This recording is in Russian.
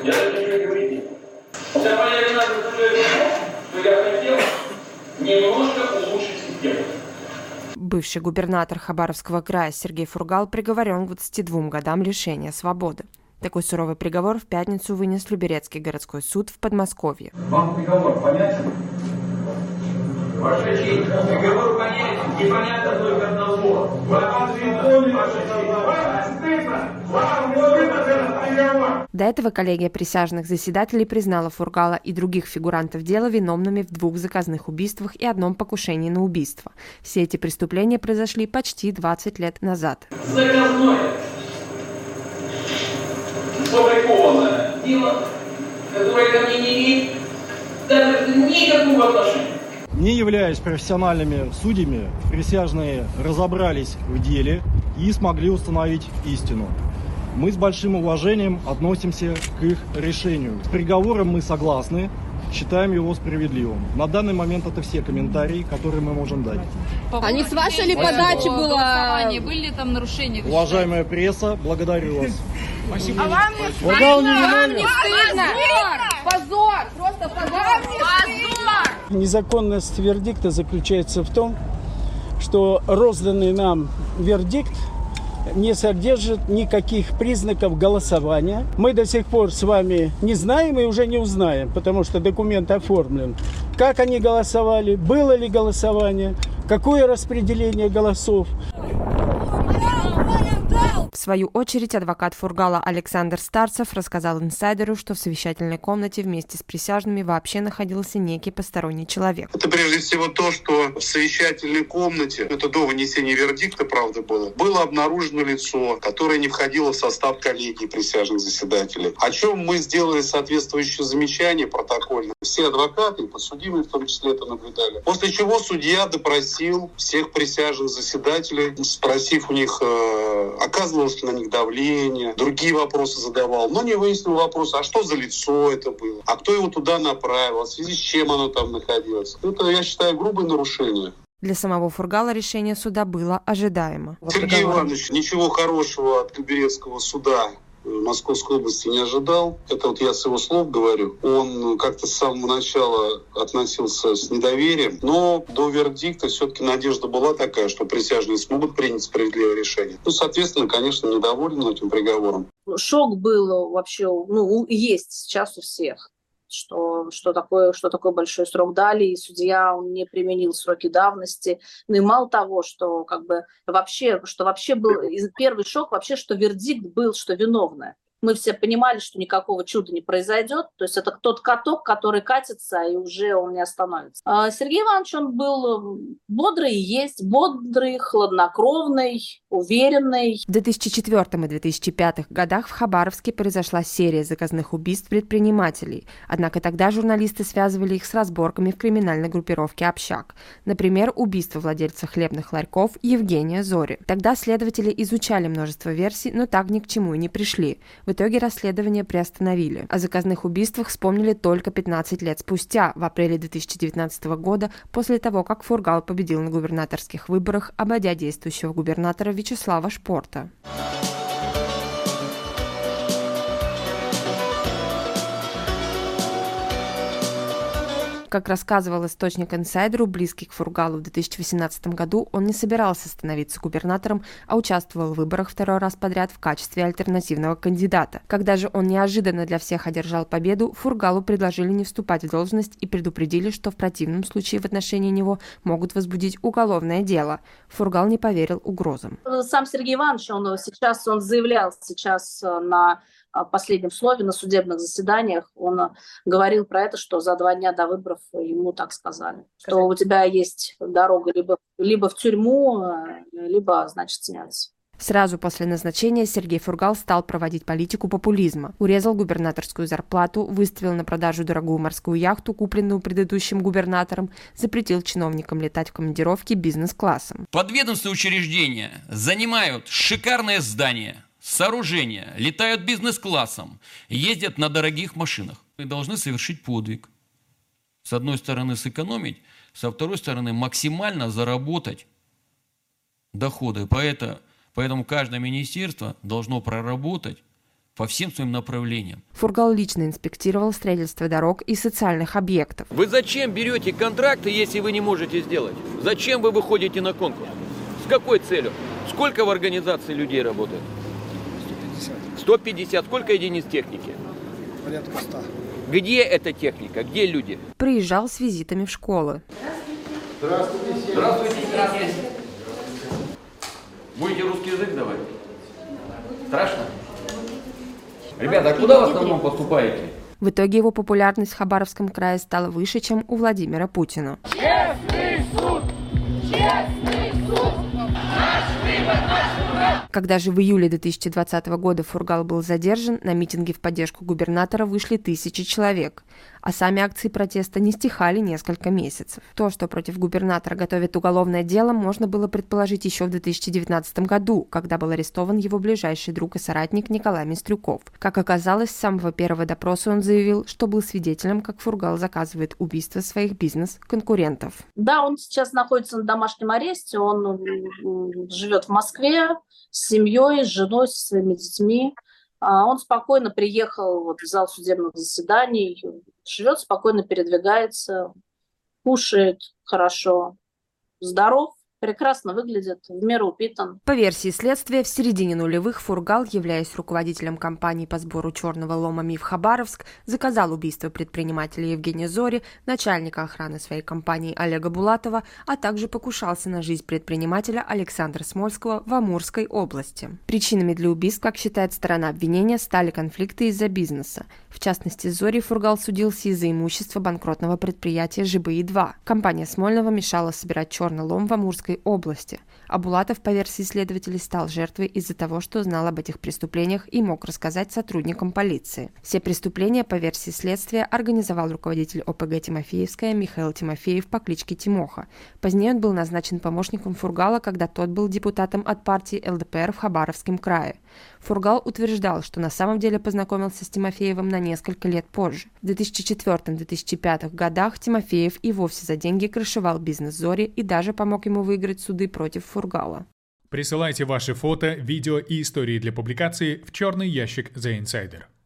Я даже ничего говорить не буду. Вся моя вина заключается в том, что я хотел немножко улучшить систему. Бывший губернатор Хабаровского края Сергей Фургал приговорен к 22 годам лишения свободы. Такой суровый приговор в пятницу вынес Люберецкий городской суд в Подмосковье. Вам приговор понятен? Ваша честь, приговор понятен, непонятно только одного. Вам стыдно, ваша честь. Вам стыдно, вам стыдно за этот приговор. До этого коллегия присяжных заседателей признала Фургала и других фигурантов дела виновными в 2 заказных убийствах и 1 покушении на убийство. Все эти преступления произошли почти 20 лет назад. Заказное, сфабрикованное дело, которое ко мне не имеет даже никакого отношения. Не являясь профессиональными судьями, присяжные разобрались в деле и смогли установить истину. Мы с большим уважением относимся к их решению. С приговором мы согласны, считаем его справедливым. На данный момент это все комментарии, которые мы можем дать. А не с вашей ли подачи было? Были ли там нарушения? Уважаемая пресса, благодарю вас. Спасибо. А вам не стыдно? Вам не стыдно? Позор! Просто позор! Позор! Незаконность вердикта заключается в том, что розданный нам вердикт не содержит никаких признаков голосования. Мы до сих пор с вами не знаем и уже не узнаем, потому что документ оформлен. Как они голосовали, было ли голосование, какое распределение голосов. В свою очередь, адвокат Фургала Александр Старцев рассказал инсайдеру, что в совещательной комнате вместе с присяжными вообще находился некий посторонний человек. Это прежде всего то, что в совещательной комнате, это до вынесения вердикта, правда, было обнаружено лицо, которое не входило в состав коллегии присяжных заседателей. О чем мы сделали соответствующее замечание протокольно. Все адвокаты, и подсудимые в том числе, это наблюдали. После чего судья допросил всех присяжных заседателей, спросив у них, оказывалось ли на них давление, другие вопросы задавал, но не выяснил вопрос, а что за лицо это было, а кто его туда направил, в связи с чем оно там находилось. Это, я считаю, грубое нарушение. Для самого Фургала решение суда было ожидаемо. Сергей Иванович ничего хорошего от Люберецкого суда Московской области не ожидал. Это вот я с его слов говорю. Он как-то с самого начала относился с недоверием, но до вердикта все-таки надежда была такая, что присяжные смогут принять справедливое решение. Ну, соответственно, конечно, недоволен этим приговором. Шок был вообще, есть сейчас у всех. Что такое большой срок дали, и судья он не применил сроки давности. Ну и мало того, что вообще был первый шок, вообще, что вердикт был, что виновная. Мы все понимали, что никакого чуда не произойдет. То есть это тот каток, который катится, и уже он не остановится. Сергей Иванович, он был бодрый и есть. Бодрый, хладнокровный, уверенный. В 2004 и 2005 годах в Хабаровске произошла серия заказных убийств предпринимателей. Однако тогда журналисты связывали их с разборками в криминальной группировке «Общак». Например, убийство владельца хлебных ларьков Евгения Зори. Тогда следователи изучали множество версий, но так ни к чему и не пришли. В итоге расследование приостановили. О заказных убийствах вспомнили только 15 лет спустя, в апреле 2019 года, после того, как Фургал победил на губернаторских выборах, обойдя действующего губернатора Вячеслава Шпорта. Как рассказывал источник инсайдеру, близкий к Фургалу, в 2018 году он не собирался становиться губернатором, а участвовал в выборах 2-й раз подряд в качестве альтернативного кандидата. Когда же он неожиданно для всех одержал победу, Фургалу предложили не вступать в должность и предупредили, что в противном случае в отношении него могут возбудить уголовное дело. Фургал не поверил угрозам. Сам Сергей Иванович, он заявлял на последнем слове на судебных заседаниях, он говорил про это, что за 2 дня до выборов ему так сказали, что у тебя есть дорога либо в тюрьму, либо, значит, сняться. Сразу после назначения Сергей Фургал стал проводить политику популизма. Урезал губернаторскую зарплату, выставил на продажу дорогую морскую яхту, купленную предыдущим губернатором, запретил чиновникам летать в командировки бизнес-классом. Подведомственные учреждения занимают шикарное здание, сооружения, летают бизнес-классом, ездят на дорогих машинах. Мы должны совершить подвиг. С одной стороны сэкономить, со второй стороны максимально заработать доходы. Поэтому каждое министерство должно проработать по всем своим направлениям. Фургал лично инспектировал строительство дорог и социальных объектов. Вы зачем берете контракты, если вы не можете сделать? Зачем вы выходите на конкурс? С какой целью? Сколько в организации людей работает? 150. 150. Сколько единиц техники? Порядка 100. Где эта техника? Где люди? Приезжал с визитами в школы. Здравствуйте. Здравствуйте. Здравствуйте. Будете русский язык давать? Страшно? Ребята, а куда в основном поступаете? В итоге его популярность в Хабаровском крае стала выше, чем у Владимира Путина. Честный суд! Честный суд! Наш выбор, наш выбор! Когда же в июле 2020 года Фургал был задержан, на митинги в поддержку губернатора вышли тысячи человек. А сами акции протеста не стихали несколько месяцев. То, что против губернатора готовят уголовное дело, можно было предположить еще в 2019 году, когда был арестован его ближайший друг и соратник Николай Менстрюков. Как оказалось, с самого первого допроса он заявил, что был свидетелем, как Фургал заказывает убийство своих бизнес-конкурентов. Да, он сейчас находится на домашнем аресте, он живет в Москве с семьей, с женой, со своими детьми. Он спокойно приехал в зал судебных заседаний, живет спокойно, передвигается, кушает хорошо, здоров, прекрасно выглядит, в меру упитан. По версии следствия, в середине нулевых Фургал, являясь руководителем компании по сбору черного лома «Миф Хабаровск», заказал убийство предпринимателя Евгения Зори, начальника охраны своей компании Олега Булатова, а также покушался на жизнь предпринимателя Александра Смольского в Амурской области. Причинами для убийств, как считает сторона обвинения, стали конфликты из-за бизнеса. В частности, с Зорей Фургал судился из-за имущества банкротного предприятия ЖБИ-2. Компания Смольного мешала собирать черный лом в Амурской области. А Булатов, по версии следователей, стал жертвой из-за того, что знал об этих преступлениях и мог рассказать сотрудникам полиции. Все преступления, по версии следствия, организовал руководитель ОПГ «Тимофеевская» Михаил Тимофеев по кличке Тимоха. Позднее он был назначен помощником Фургала, когда тот был депутатом от партии ЛДПР в Хабаровском крае. Фургал утверждал, что на самом деле познакомился с Тимофеевым на несколько лет позже. В 2004-2005 годах Тимофеев и вовсе за деньги крышевал бизнес Зори и даже помог ему выиграть суды против Фургала. Присылайте ваши фото, видео и истории для публикации в черный ящик The Insider.